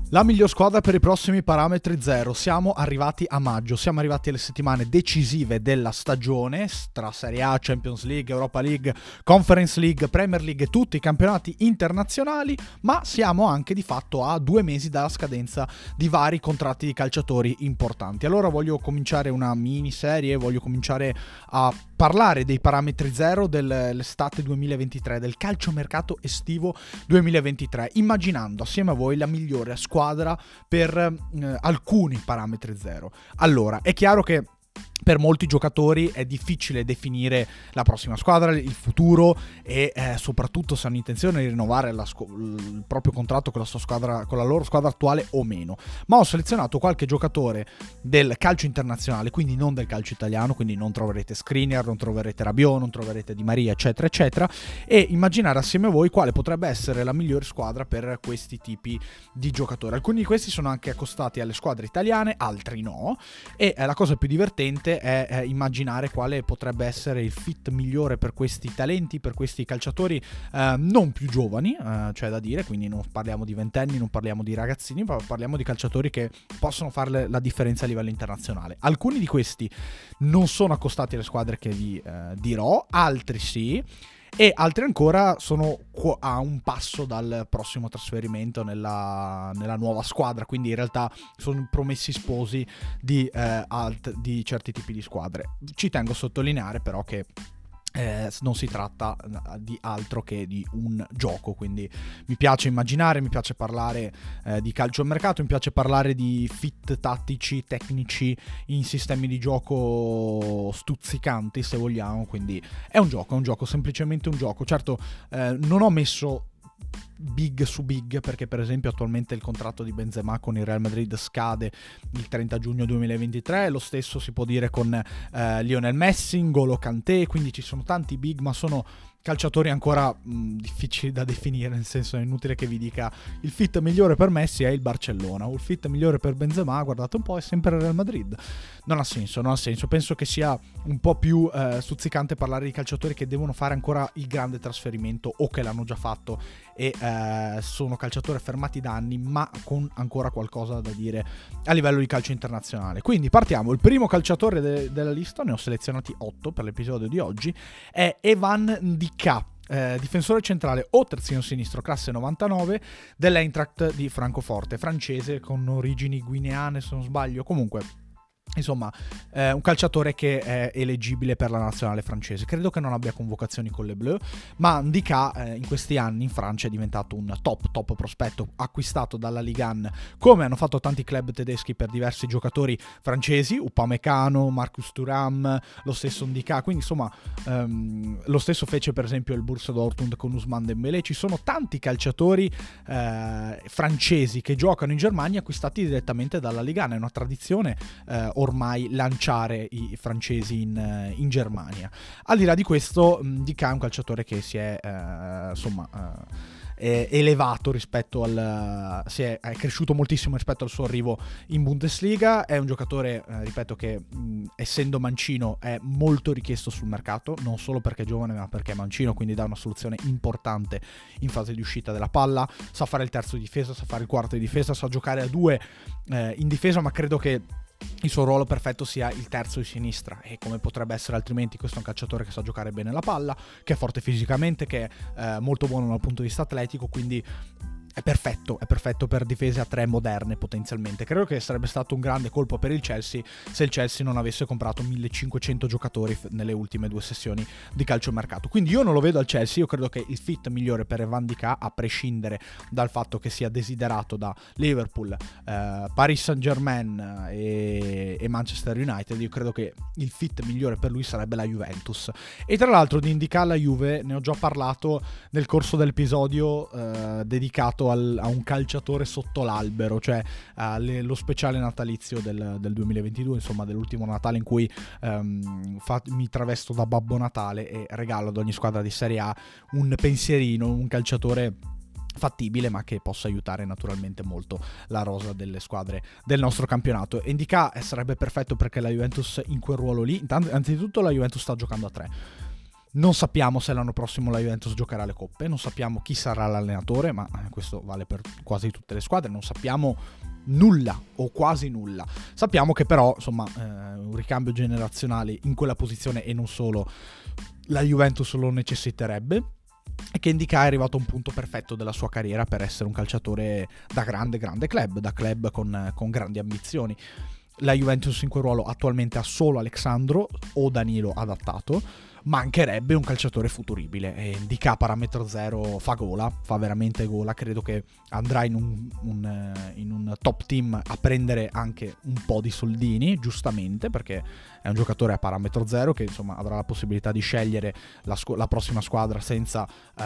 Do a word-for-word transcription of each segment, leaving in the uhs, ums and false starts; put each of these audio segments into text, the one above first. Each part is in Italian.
La miglior squadra per i prossimi parametri zero. Siamo arrivati a maggio, siamo arrivati alle settimane decisive della stagione tra Serie A, Champions League, Europa League, Conference League, Premier League e tutti i campionati internazionali, ma siamo anche di fatto a due mesi dalla scadenza di vari contratti di calciatori importanti. Allora voglio cominciare una miniserie, voglio cominciare a parlare dei parametri zero dell'estate duemilaventitré, del calciomercato estivo duemilaventitré, immaginando assieme a voi la migliore squadra per eh, alcuni parametri zero. Allora, è chiaro che per molti giocatori è difficile definire la prossima squadra, il futuro e eh, soprattutto se hanno intenzione di rinnovare la scu- il proprio contratto con la sua squadra, con la loro squadra attuale o meno. Ma ho selezionato qualche giocatore del calcio internazionale, quindi non del calcio italiano, quindi non troverete Skriniar, non troverete Rabiot, non troverete Di Maria, eccetera eccetera, e immaginare assieme a voi quale potrebbe essere la migliore squadra per questi tipi di giocatori. Alcuni di questi sono anche accostati alle squadre italiane, altri no, e eh, la cosa più divertente è eh, immaginare quale potrebbe essere il fit migliore per questi talenti, per questi calciatori eh, non più giovani, eh, cioè da dire, quindi non parliamo di ventenni, non parliamo di ragazzini, ma parliamo di calciatori che possono fare la differenza a livello internazionale. Alcuni di questi non sono accostati alle squadre che vi eh, dirò, altri sì, e altri ancora sono a un passo dal prossimo trasferimento nella, nella nuova squadra, quindi in realtà sono promessi sposi di, eh, alt, di certi tipi di squadre. Ci tengo a sottolineare però che Eh, non si tratta di altro che di un gioco, quindi mi piace immaginare, mi piace parlare eh, di calcio al mercato, mi piace parlare di fit tattici, tecnici in sistemi di gioco stuzzicanti se vogliamo, quindi è un gioco, è un gioco, semplicemente un gioco. Certo eh, non ho messo big su big perché per esempio attualmente il contratto di Benzema con il Real Madrid scade il trenta giugno duemilaventitré, lo stesso si può dire con eh, Lionel Messi, N'Golo Kanté, quindi ci sono tanti big ma sono calciatori ancora mh, difficili da definire, nel senso è inutile che vi dica il fit migliore per Messi è il Barcellona o il fit migliore per Benzema, guardate un po', è sempre il Real Madrid. Non ha senso, non ha senso, penso che sia un po' più eh, stuzzicante parlare di calciatori che devono fare ancora il grande trasferimento o che l'hanno già fatto e eh, sono calciatori fermati da anni ma con ancora qualcosa da dire a livello di calcio internazionale. Quindi partiamo, il primo calciatore de- della lista, ne ho selezionati otto per l'episodio di oggi, è Evan Ndicka, Eh, difensore centrale o terzino sinistro, classe novantanove dell'Eintracht di Francoforte, francese con origini guineane se non sbaglio, comunque insomma eh, un calciatore che è eleggibile per la nazionale francese. Credo che non abbia convocazioni con le Bleu, ma Ndicka eh, in questi anni in Francia è diventato un top top prospetto acquistato dalla Ligue uno, come hanno fatto tanti club tedeschi per diversi giocatori francesi, Upamecano, Marcus Thuram, lo stesso Ndicka, quindi insomma ehm, lo stesso fece per esempio il Borussia Dortmund con Ousmane Dembélé. Ci sono tanti calciatori eh, francesi che giocano in Germania acquistati direttamente dalla Ligue uno, è una tradizione eh, ormai lanciare i francesi in, in Germania. Al di là di questo, Ndicka è un calciatore che si è eh, insomma eh, è elevato rispetto al si è, è cresciuto moltissimo rispetto al suo arrivo in Bundesliga. È un giocatore eh, ripeto che mh, essendo mancino è molto richiesto sul mercato, non solo perché è giovane ma perché è mancino, quindi dà una soluzione importante in fase di uscita della palla, sa fare il terzo di difesa, sa fare il quarto di difesa, sa giocare a due eh, in difesa, ma credo che il suo ruolo perfetto sia il terzo di sinistra, e come potrebbe essere altrimenti questo è un calciatore che sa giocare bene la palla, che è forte fisicamente, che è eh, molto buono dal punto di vista atletico, quindi è perfetto, è perfetto per difese a tre moderne potenzialmente. Credo che sarebbe stato un grande colpo per il Chelsea se il Chelsea non avesse comprato millecinquecento giocatori nelle ultime due sessioni di calciomercato. Quindi io non lo vedo al Chelsea, io credo che il fit migliore per Evan Ndicka, a prescindere dal fatto che sia desiderato da Liverpool, eh, Paris Saint-Germain e, e Manchester United, io credo che il fit migliore per lui sarebbe la Juventus. E tra l'altro di Ndicka alla Juve ne ho già parlato nel corso dell'episodio eh, dedicato Al, a un calciatore sotto l'albero, cioè uh, le, lo speciale natalizio del, del duemilaventidue, insomma dell'ultimo Natale in cui um, fa, mi travesto da Babbo Natale e regalo ad ogni squadra di Serie A un pensierino, un calciatore fattibile ma che possa aiutare naturalmente molto la rosa delle squadre del nostro campionato. E Ndicka sarebbe perfetto perché la Juventus in quel ruolo lì, intanto, anzitutto la Juventus sta giocando a tre, Non sappiamo se l'anno prossimo la Juventus giocherà le coppe, non sappiamo chi sarà l'allenatore, ma questo vale per quasi tutte le squadre, non sappiamo nulla o quasi nulla. Sappiamo che però, insomma, eh, un ricambio generazionale in quella posizione e non solo la Juventus lo necessiterebbe, e che Ndicà è arrivato a un punto perfetto della sua carriera per essere un calciatore da grande grande club, da club con, con grandi ambizioni. La Juventus in quel ruolo attualmente ha solo Alexandro o Danilo adattato, mancherebbe un calciatore futuribile, e Ndicà parametro zero fa gola, fa veramente gola, credo che andrà in un, un, in un top team a prendere anche un po' di soldini, giustamente, perché è un giocatore a parametro zero che insomma avrà la possibilità di scegliere la, scu- la prossima squadra senza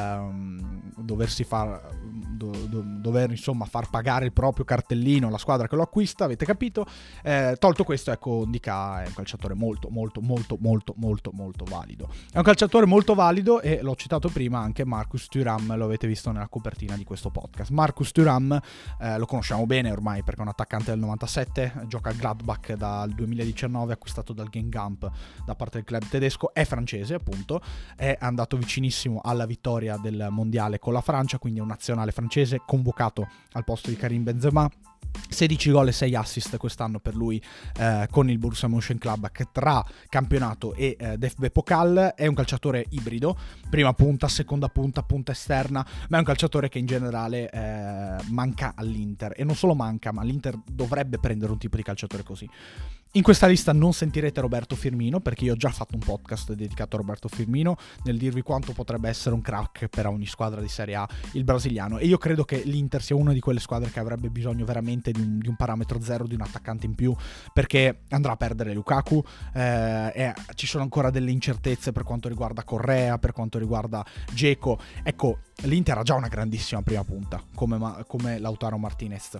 um, doversi far do- do- dover insomma far pagare il proprio cartellino alla squadra che lo acquista, avete capito? Eh, tolto questo, ecco, Ndicà è un calciatore molto molto molto molto molto molto valido. È un calciatore molto valido, e l'ho citato prima anche Marcus Thuram, lo avete visto nella copertina di questo podcast. Marcus Thuram eh, lo conosciamo bene ormai perché è un attaccante del novantasette, gioca al Gladbach dal duemiladiciannove, acquistato dal Gengamp da parte del club tedesco, è francese appunto, è andato vicinissimo alla vittoria del mondiale con la Francia, quindi è un nazionale francese convocato al posto di Karim Benzema. sedici gol e sei assist quest'anno per lui eh, con il Borussia Mönchengladbach tra campionato e eh, D F B Pokal. È un calciatore ibrido, prima punta, seconda punta, punta esterna, ma è un calciatore che in generale eh, manca all'Inter, e non solo manca, ma l'Inter dovrebbe prendere un tipo di calciatore così. In questa lista non sentirete Roberto Firmino, perché io ho già fatto un podcast dedicato a Roberto Firmino nel dirvi quanto potrebbe essere un crack per ogni squadra di Serie A il brasiliano, e io credo che l'Inter sia una di quelle squadre che avrebbe bisogno veramente di un, di un parametro zero, di un attaccante in più, perché andrà a perdere Lukaku, eh, e ci sono ancora delle incertezze per quanto riguarda Correa, per quanto riguarda Dzeko. Ecco, l'Inter ha già una grandissima prima punta come, ma- come Lautaro Martinez.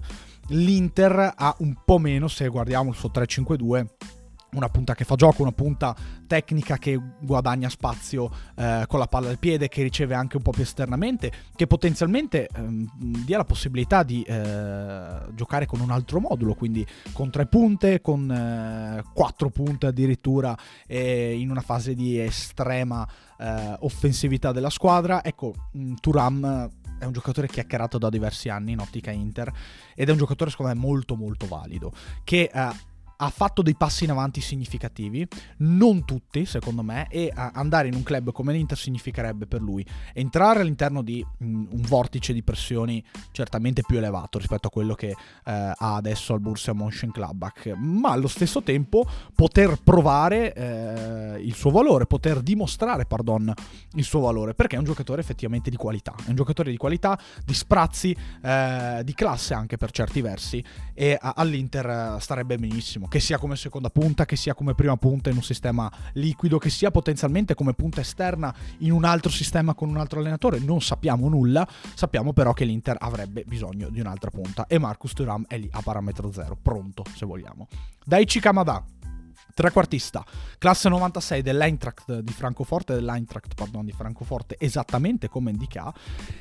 L'Inter ha un po' meno, se guardiamo il suo tre cinque due, una punta che fa gioco, una punta tecnica che guadagna spazio eh, con la palla al piede, che riceve anche un po' più esternamente, che potenzialmente ehm, dia la possibilità di eh, giocare con un altro modulo, quindi con tre punte, con eh, quattro punte addirittura, eh, in una fase di estrema eh, offensività della squadra. Ecco, mh, Thuram è un giocatore chiacchierato da diversi anni in ottica Inter, ed è un giocatore secondo me molto molto valido, che eh, ha fatto dei passi in avanti significativi, non tutti secondo me, e andare in un club come l'Inter significherebbe per lui entrare all'interno di mh, un vortice di pressioni certamente più elevato rispetto a quello che eh, ha adesso al Borussia Mönchengladbach, ma allo stesso tempo poter provare eh, il suo valore, poter dimostrare, pardon, il suo valore, perché è un giocatore effettivamente di qualità, è un giocatore di qualità, di sprazzi, eh, di classe anche per certi versi, e a, all'Inter starebbe benissimo, che sia come seconda punta, che sia come prima punta in un sistema liquido, che sia potenzialmente come punta esterna in un altro sistema con un altro allenatore. Non sappiamo nulla, sappiamo però che l'Inter avrebbe bisogno di un'altra punta, e Marcus Thuram è lì a parametro zero, pronto se vogliamo. Daichi Kamada, trequartista, classe novantasei dell'Eintracht di Francoforte, dell'Eintracht, pardon, di Francoforte, esattamente come Ndicà.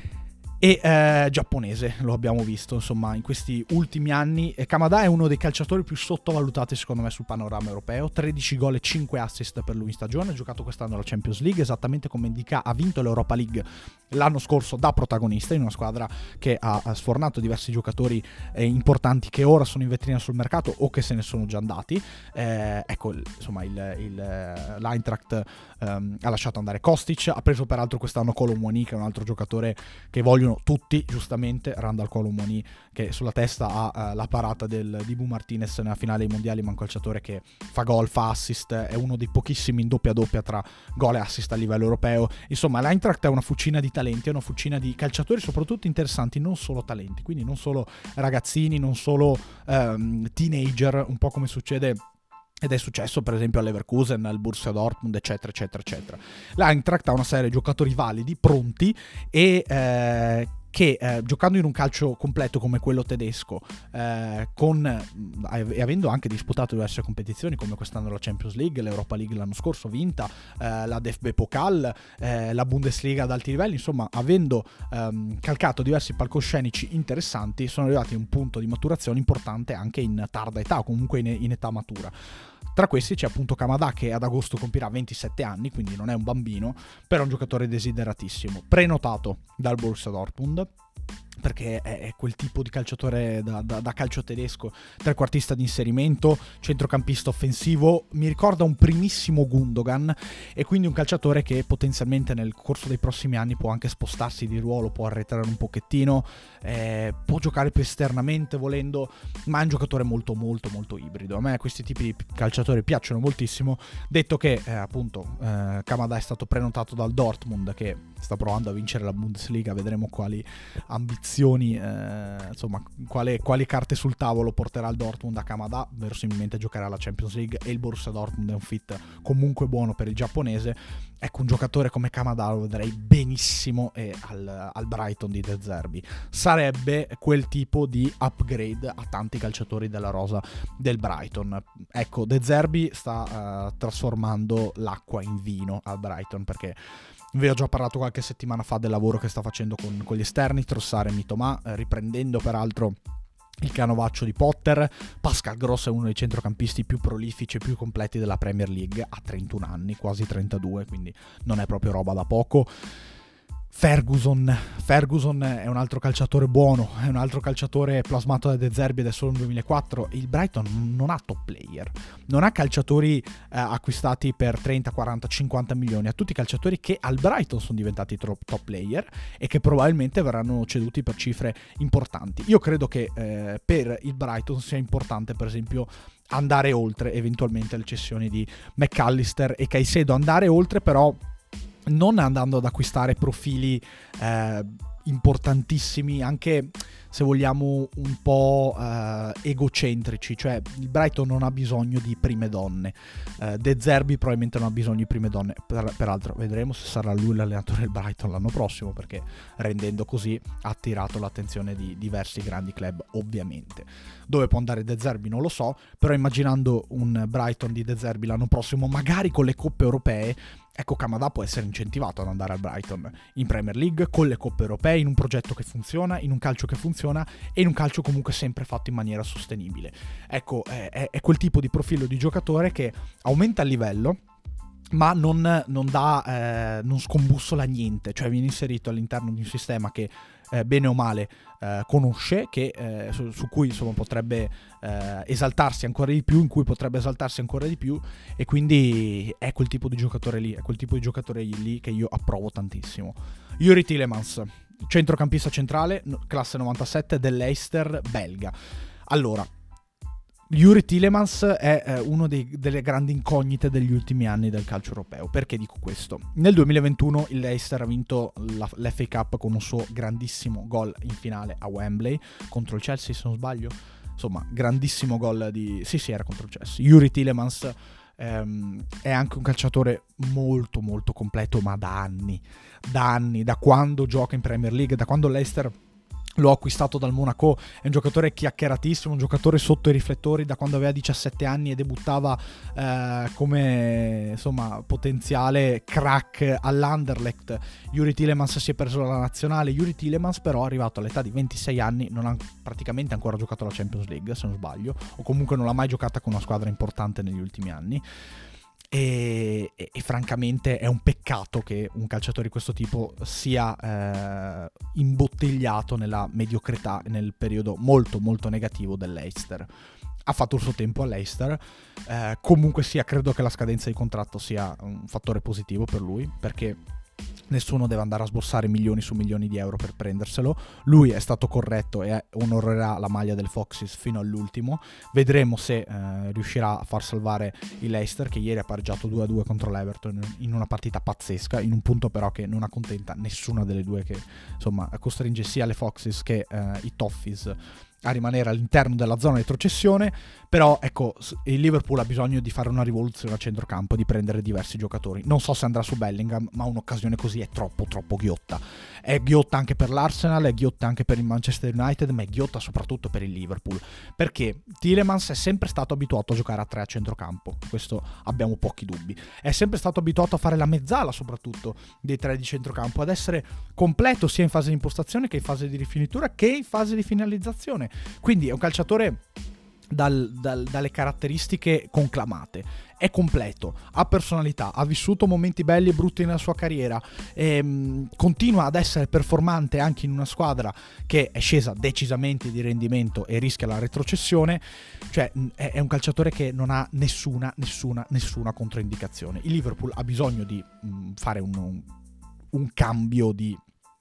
E eh, giapponese, lo abbiamo visto insomma in questi ultimi anni. E Kamada è uno dei calciatori più sottovalutati secondo me sul panorama europeo, tredici gol e cinque assist per lui in stagione, ha giocato quest'anno la Champions League, esattamente come Ndicà ha vinto l'Europa League l'anno scorso da protagonista in una squadra che ha, ha sfornato diversi giocatori eh, importanti che ora sono in vetrina sul mercato o che se ne sono già andati. Eh, ecco, insomma il, il, l'Eintracht ehm, ha lasciato andare Kostic, ha preso peraltro quest'anno Kolo Muani, che è un altro giocatore che vogliono tutti, giustamente, Randal Kolo Muani, che sulla testa ha uh, la parata del Dibu Martinez nella finale dei mondiali, ma un calciatore che fa gol, fa assist, è uno dei pochissimi in doppia doppia tra gol e assist a livello europeo. Insomma, l'Eintracht è una fucina di talenti, è una fucina di calciatori soprattutto interessanti, non solo talenti, quindi non solo ragazzini, non solo um, teenager, un po' come succede ed è successo per esempio all'Leverkusen, al Borussia Dortmund, eccetera eccetera eccetera. L'Eintracht ha una serie di giocatori validi, pronti, e eh, che eh, giocando in un calcio completo come quello tedesco, eh, con, e avendo anche disputato diverse competizioni come quest'anno la Champions League, l'Europa League l'anno scorso vinta, eh, la D F B Pokal, eh, la Bundesliga ad alti livelli, insomma avendo ehm, calcato diversi palcoscenici interessanti, sono arrivati a un punto di maturazione importante anche in tarda età, o comunque in, in età matura. Tra questi c'è appunto Kamada, che ad agosto compirà ventisette anni, quindi non è un bambino, però è un giocatore desideratissimo, prenotato dal Borussia Dortmund, perché è quel tipo di calciatore da, da, da calcio tedesco, trequartista di inserimento, centrocampista offensivo, mi ricorda un primissimo Gundogan, e quindi un calciatore che potenzialmente nel corso dei prossimi anni può anche spostarsi di ruolo, può arretrare un pochettino, eh, può giocare più esternamente volendo, ma è un giocatore molto molto molto ibrido. A me questi tipi di calciatori piacciono moltissimo, detto che eh, appunto eh, Kamada è stato prenotato dal Dortmund, che sta provando a vincere la Bundesliga, vedremo quali ambizioni, eh, insomma, quale, quali carte sul tavolo porterà il Dortmund a Kamada. Verosimilmente giocherà la Champions League, e il Borussia Dortmund è un fit comunque buono per il giapponese. Ecco, un giocatore come Kamada lo vedrei benissimo eh, al, al Brighton di De Zerbi. Sarebbe quel tipo di upgrade a tanti calciatori della rosa del Brighton. Ecco, De Zerbi sta uh, trasformando l'acqua in vino al Brighton, perché vi ho già parlato qualche settimana fa del lavoro che sta facendo con, con gli esterni, Trossard e Mitoma, eh, riprendendo peraltro il canovaccio di Potter. Pascal Gross è uno dei centrocampisti più prolifici e più completi della Premier League, ha trentuno anni, quasi trentadue, quindi non è proprio roba da poco. Ferguson Ferguson è un altro calciatore buono, è un altro calciatore plasmato da De Zerbi ed è solo nel duemilaquattro. Il Brighton non ha top player, non ha calciatori eh, acquistati per trenta, quaranta, cinquanta milioni, ha tutti calciatori che al Brighton sono diventati top player e che probabilmente verranno ceduti per cifre importanti. Io credo che eh, per il Brighton sia importante, per esempio, andare oltre eventualmente le cessioni di McAllister e Caicedo, andare oltre però non andando ad acquistare profili eh, importantissimi, anche se vogliamo un po' eh, egocentrici. Cioè il Brighton non ha bisogno di prime donne, eh, De Zerbi probabilmente non ha bisogno di prime donne, per, peraltro vedremo se sarà lui l'allenatore del Brighton l'anno prossimo, perché rendendo così ha attirato l'attenzione di diversi grandi club. Ovviamente dove può andare De Zerbi non lo so, però immaginando un Brighton di De Zerbi l'anno prossimo, magari con le coppe europee, ecco, Kamada può essere incentivato ad andare al Brighton in Premier League, con le coppe europee, in un progetto che funziona, in un calcio che funziona e in un calcio comunque sempre fatto in maniera sostenibile. Ecco, è, è quel tipo di profilo di giocatore che aumenta il livello, ma non, non dà, eh, non scombussola niente, cioè viene inserito all'interno di un sistema che eh, bene o male eh, conosce, che, eh, su, su cui insomma potrebbe eh, esaltarsi ancora di più, in cui potrebbe esaltarsi ancora di più, e quindi è quel tipo di giocatore lì, è quel tipo di giocatore lì che io approvo tantissimo. Yuri Tielemans, centrocampista centrale, classe novantasette dell'Leicester belga. Allora, Yuri Tielemans è eh, uno dei, delle grandi incognite degli ultimi anni del calcio europeo. Perché dico questo? Nel duemilaventuno il Leicester ha vinto la, l'F A Cup con un suo grandissimo gol in finale a Wembley contro il Chelsea, se non sbaglio. Insomma, grandissimo gol di... Sì, sì, era contro il Chelsea. Yuri Tielemans ehm, è anche un calciatore molto molto completo, ma da anni. Da anni, da quando gioca in Premier League, da quando il Leicester l'ho acquistato dal Monaco. È un giocatore chiacchieratissimo, un giocatore sotto i riflettori da quando aveva diciassette anni e debuttava eh, come insomma potenziale crack all'Anderlecht. Yuri Tielemans si è preso la nazionale. Yuri Tielemans però, arrivato all'età di ventisei anni, non ha praticamente ancora giocato la Champions League, se non sbaglio, o comunque non l'ha mai giocata con una squadra importante negli ultimi anni. E, e, e francamente è un peccato che un calciatore di questo tipo sia eh, imbottigliato nella mediocrità, nel periodo molto molto negativo dell'Leicester. Ha fatto il suo tempo all'Leicester, eh, comunque sia, credo che la scadenza di contratto sia un fattore positivo per lui, perché nessuno deve andare a sborsare milioni su milioni di euro per prenderselo. Lui è stato corretto e onorerà la maglia del Foxes fino all'ultimo. Vedremo se eh, riuscirà a far salvare il Leicester, che ieri ha pareggiato due a due contro l'Everton in una partita pazzesca, in un punto però che non accontenta nessuna delle due, che insomma costringe sia le Foxes che eh, i Toffees a rimanere all'interno della zona di retrocessione. Però ecco, il Liverpool ha bisogno di fare una rivoluzione a centrocampo, di prendere diversi giocatori. Non so se andrà su Bellingham, ma un'occasione così è troppo troppo ghiotta. È ghiotta anche per l'Arsenal, è ghiotta anche per il Manchester United, ma è ghiotta soprattutto per il Liverpool, perché Tielemans è sempre stato abituato a giocare a tre a centrocampo, questo abbiamo pochi dubbi. È sempre stato abituato a fare la mezzala soprattutto dei tre di centrocampo, ad essere completo sia in fase di impostazione che in fase di rifinitura che in fase di finalizzazione. Quindi è un calciatore dal, dal, dalle caratteristiche conclamate. È completo, ha personalità, ha vissuto momenti belli e brutti nella sua carriera, e, mh, continua ad essere performante anche in una squadra che è scesa decisamente di rendimento e rischia la retrocessione. Cioè mh, è, è un calciatore che non ha nessuna, nessuna, nessuna controindicazione. Il Liverpool ha bisogno di mh, fare un, un, un cambio di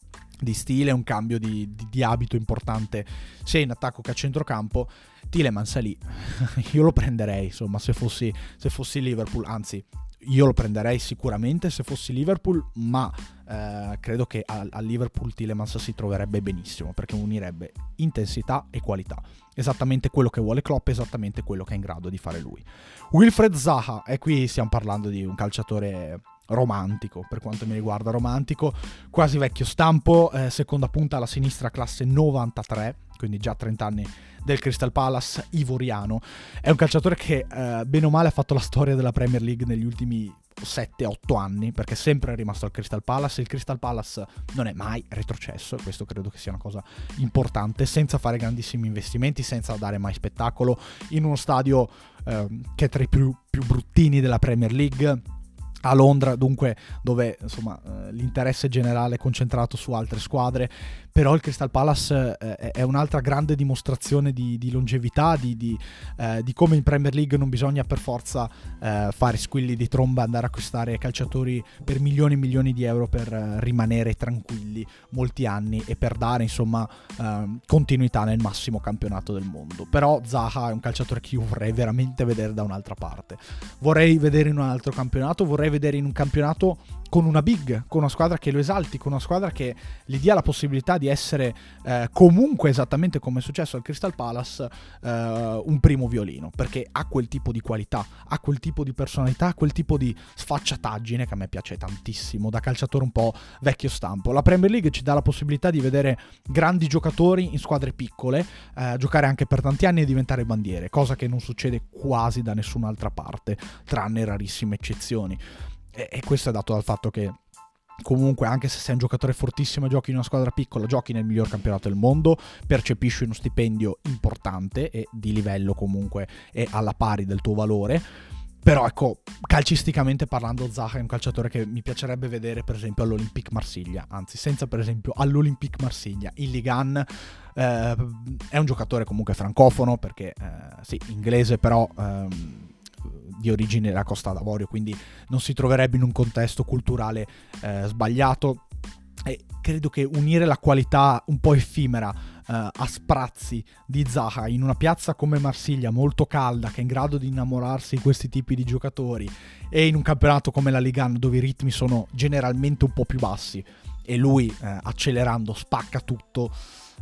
di stile, un cambio di, di, di abito importante sia in attacco che a centrocampo. Tielemans è lì, io lo prenderei, insomma, se fossi, se fossi Liverpool, anzi io lo prenderei sicuramente se fossi Liverpool, ma eh, credo che a, a Liverpool Tielemans si troverebbe benissimo, perché unirebbe intensità e qualità, esattamente quello che vuole Klopp, esattamente quello che è in grado di fare lui. Wilfried Zaha, e qui stiamo parlando di un calciatore romantico, per quanto mi riguarda romantico, quasi vecchio stampo, eh, seconda punta alla sinistra, classe novantatré, quindi già trenta anni del Crystal Palace, ivoriano. È un calciatore che eh, bene o male ha fatto la storia della Premier League negli ultimi sette otto anni, perché sempre è rimasto al Crystal Palace. Il Crystal Palace non è mai retrocesso, questo credo che sia una cosa importante, senza fare grandissimi investimenti, senza dare mai spettacolo, in uno stadio eh, che è tra i più, più bruttini della Premier League, a Londra, dunque, dove insomma eh, l'interesse generale è concentrato su altre squadre. Però il Crystal Palace eh, è un'altra grande dimostrazione di, di longevità, di, di, eh, di come in Premier League non bisogna per forza eh, fare squilli di tromba, andare a acquistare calciatori per milioni e milioni di euro per eh, rimanere tranquilli molti anni e per dare insomma eh, continuità nel massimo campionato del mondo. Però Zaha è un calciatore che io vorrei veramente vedere da un'altra parte, vorrei vedere in un altro campionato, vorrei vedere in un campionato con una big, con una squadra che lo esalti, con una squadra che gli dia la possibilità di essere eh, comunque, esattamente come è successo al Crystal Palace, eh, un primo violino, perché ha quel tipo di qualità, ha quel tipo di personalità, ha quel tipo di sfacciataggine che a me piace tantissimo, da calciatore un po' vecchio stampo. La Premier League ci dà la possibilità di vedere grandi giocatori in squadre piccole, eh, giocare anche per tanti anni e diventare bandiere, cosa che non succede quasi da nessun'altra parte, tranne rarissime eccezioni. E questo è dato dal fatto che comunque, anche se sei un giocatore fortissimo e giochi in una squadra piccola, giochi nel miglior campionato del mondo, percepisci uno stipendio importante e di livello comunque è alla pari del tuo valore. Però ecco, calcisticamente parlando, Zaha è un calciatore che mi piacerebbe vedere per esempio all'Olympique Marsiglia, anzi senza per esempio all'Olympique Marsiglia, in Ligue uno. Eh, è un giocatore comunque francofono, perché eh, sì, inglese, però ehm, di origine della Costa d'Avorio, quindi non si troverebbe in un contesto culturale eh, sbagliato. E credo che unire la qualità un po' effimera eh, a sprazzi di Zaha in una piazza come Marsiglia, molto calda, che è in grado di innamorarsi di questi tipi di giocatori, e in un campionato come la Ligue uno, dove i ritmi sono generalmente un po' più bassi e lui eh, accelerando spacca tutto,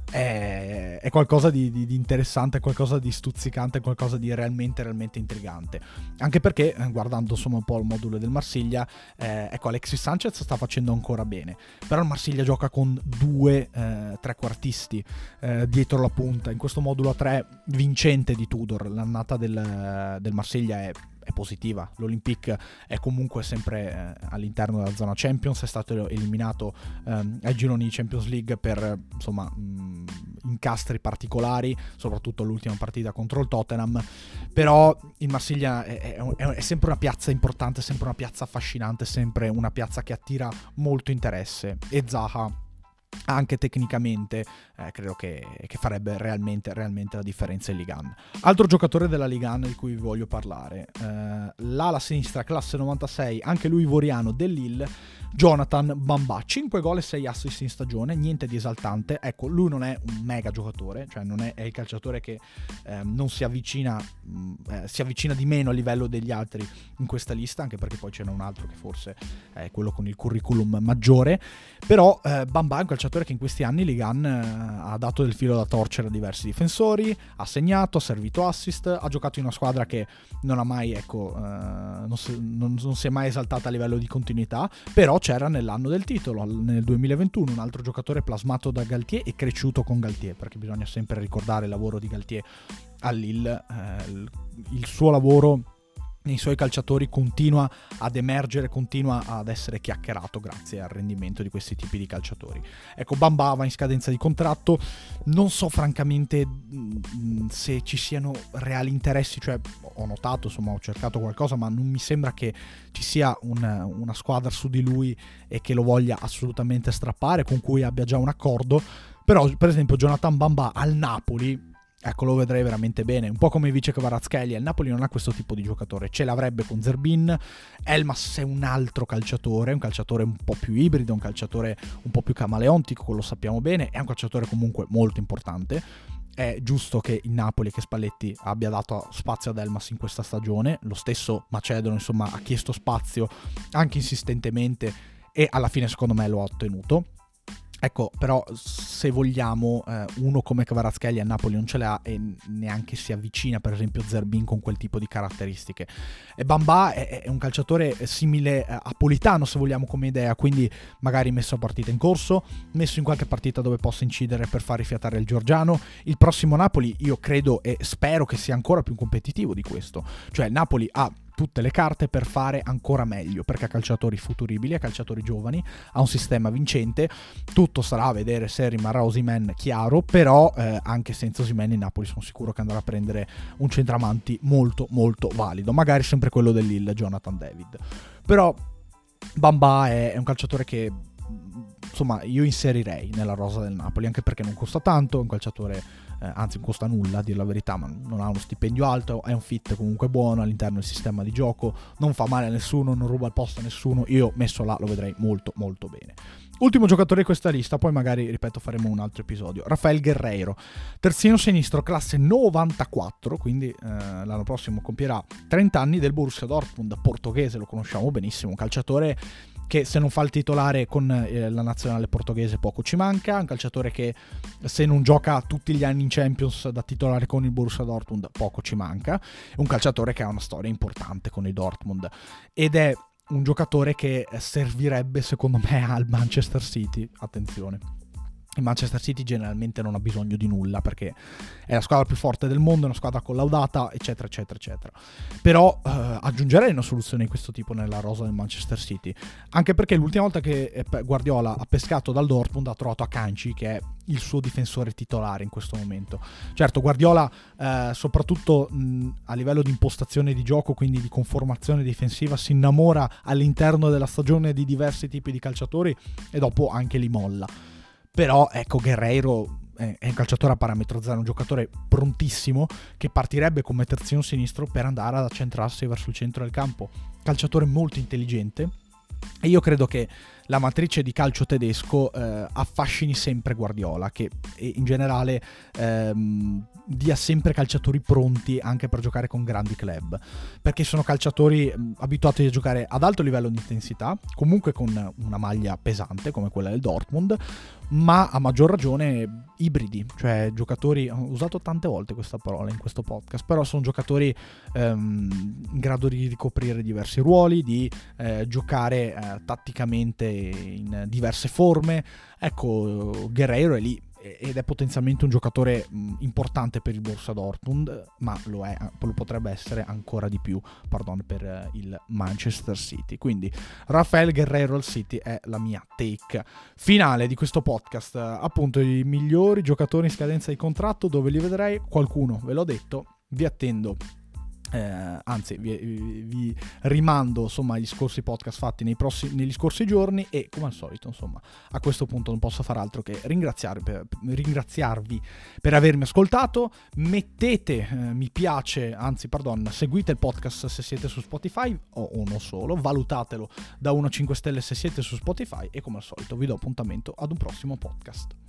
È, è qualcosa di, di, di interessante, qualcosa di stuzzicante, qualcosa di realmente realmente intrigante, anche perché guardando insomma un po' il modulo del Marsiglia, eh, ecco, Alexis Sanchez sta facendo ancora bene, però il Marsiglia gioca con due eh, trequartisti eh, dietro la punta. In questo modulo a tre vincente di Tudor, l'annata del, del Marsiglia è è positiva. L'Olympique è comunque sempre eh, all'interno della zona Champions, è stato eliminato ehm, ai gironi di Champions League per insomma mh, incastri particolari, soprattutto l'ultima partita contro il Tottenham. Però il Marsiglia è, è, è sempre una piazza importante, sempre una piazza affascinante, sempre una piazza che attira molto interesse, e Zaha anche tecnicamente eh, credo che, che farebbe realmente, realmente la differenza in Ligue uno. Altro giocatore della Ligue uno di cui vi voglio parlare, eh, l'ala sinistra classe novantasei, anche lui ivoriano, del Lille, Jonathan Bamba, cinque gol e sei assist in stagione, niente di esaltante. Ecco, lui non è un mega giocatore, cioè non è, è il calciatore che eh, non si avvicina mh, eh, si avvicina di meno a livello degli altri in questa lista, anche perché poi ce n'è un altro che forse è quello con il curriculum maggiore. Però eh, Bamba è un calciatore che in questi anni Ligan eh, ha dato del filo da torcere a diversi difensori, ha segnato, ha servito assist, ha giocato in una squadra che non ha mai, ecco, eh, non, si, non, non si è mai esaltata a livello di continuità, però c'era nell'anno del titolo, nel duemilaventuno, un altro giocatore plasmato da Galtier e cresciuto con Galtier, perché bisogna sempre ricordare il lavoro di Galtier a Lille, eh, il, il suo lavoro nei suoi calciatori continua ad emergere, continua ad essere chiacchierato grazie al rendimento di questi tipi di calciatori. Ecco, Bamba va in scadenza di contratto, non so francamente mh, se ci siano reali interessi, cioè ho notato, insomma ho cercato qualcosa, ma non mi sembra che ci sia un, una squadra su di lui e che lo voglia assolutamente strappare, con cui abbia già un accordo. Però per esempio Jonathan Bamba al Napoli, ecco, lo vedrei veramente bene, un po' come vice Kvaratskhelia. Il Napoli non ha questo tipo di giocatore, ce l'avrebbe con Zerbin. Elmas è un altro calciatore, un calciatore un po' più ibrido, un calciatore un po' più camaleontico, lo sappiamo bene, è un calciatore comunque molto importante. È giusto che il Napoli, che Spalletti abbia dato spazio ad Elmas in questa stagione, lo stesso Macedono insomma ha chiesto spazio anche insistentemente e alla fine secondo me lo ha ottenuto. Ecco, però se vogliamo, eh, uno come Kvaratskhelia a Napoli non ce l'ha e neanche si avvicina per esempio Zerbin con quel tipo di caratteristiche. E Bamba è, è un calciatore simile a Politano se vogliamo come idea, quindi magari messo a partita in corso, messo in qualche partita dove possa incidere per far rifiatare il georgiano. Il prossimo Napoli io credo e spero che sia ancora più competitivo di questo, cioè il Napoli ha tutte le carte per fare ancora meglio, perché ha calciatori futuribili, ha calciatori giovani, ha un sistema vincente. Tutto sarà a vedere se rimarrà Osimhen, chiaro, però eh, anche senza Osimhen il Napoli sono sicuro che andrà a prendere un centravanti molto molto valido, magari sempre quello del Lille, Jonathan David. Però Bamba è, è un calciatore che insomma io inserirei nella rosa del Napoli, anche perché non costa tanto, è un calciatore eh, anzi non costa nulla a dire la verità, ma non ha uno stipendio alto, è un fit comunque buono all'interno del sistema di gioco, non fa male a nessuno, non ruba il posto a nessuno. Io messo là lo vedrei molto molto bene. Ultimo giocatore di questa lista, poi magari, ripeto, faremo un altro episodio. Rafael Guerreiro, terzino sinistro, classe novantaquattro, quindi eh, l'anno prossimo compierà trenta anni, del Borussia Dortmund, portoghese, lo conosciamo benissimo, un calciatore che se non fa il titolare con eh, la nazionale portoghese poco ci manca, un calciatore che se non gioca tutti gli anni in Champions da titolare con il Borussia Dortmund poco ci manca, un calciatore che ha una storia importante con il Dortmund ed è un giocatore che servirebbe secondo me al Manchester City. Attenzione, il Manchester City generalmente non ha bisogno di nulla perché è la squadra più forte del mondo, è una squadra collaudata, eccetera eccetera eccetera. Però eh, aggiungerei una soluzione di questo tipo nella rosa del Manchester City, anche perché l'ultima volta che Guardiola ha pescato dal Dortmund ha trovato Akanji, che è il suo difensore titolare in questo momento. Certo, Guardiola eh, soprattutto mh, a livello di impostazione di gioco, quindi di conformazione difensiva, si innamora all'interno della stagione di diversi tipi di calciatori e dopo anche li molla. Però ecco, Guerreiro è un calciatore a parametro zero, un giocatore prontissimo che partirebbe come terzino sinistro per andare ad accentrarsi verso il centro del campo. Calciatore molto intelligente, e io credo che la matrice di calcio tedesco eh, affascini sempre Guardiola, che in generale ehm, dia sempre calciatori pronti anche per giocare con grandi club, perché sono calciatori mh, abituati a giocare ad alto livello di intensità, comunque con una maglia pesante come quella del Dortmund, ma a maggior ragione ibridi, cioè giocatori, ho usato tante volte questa parola in questo podcast, però sono giocatori ehm, in grado di ricoprire diversi ruoli, di eh, giocare eh, tatticamente in diverse forme. Ecco, Guerreiro è lì ed è potenzialmente un giocatore mh, importante per il Borussia Dortmund, ma lo è, lo potrebbe essere ancora di più, pardon, per eh, il Manchester City. Quindi Rafael Guerreiro al City è la mia take finale di questo podcast, appunto i migliori giocatori in scadenza di contratto, dove li vedrei. Qualcuno ve l'ho detto, vi attendo. Eh, anzi vi, vi rimando insomma agli scorsi podcast fatti nei prossimi, negli scorsi giorni, e come al solito insomma a questo punto non posso far altro che ringraziare per, ringraziarvi per avermi ascoltato. Mettete eh, mi piace, anzi pardon, seguite il podcast se siete su Spotify o uno solo, valutatelo da uno a cinque stelle se siete su Spotify, e come al solito vi do appuntamento ad un prossimo podcast.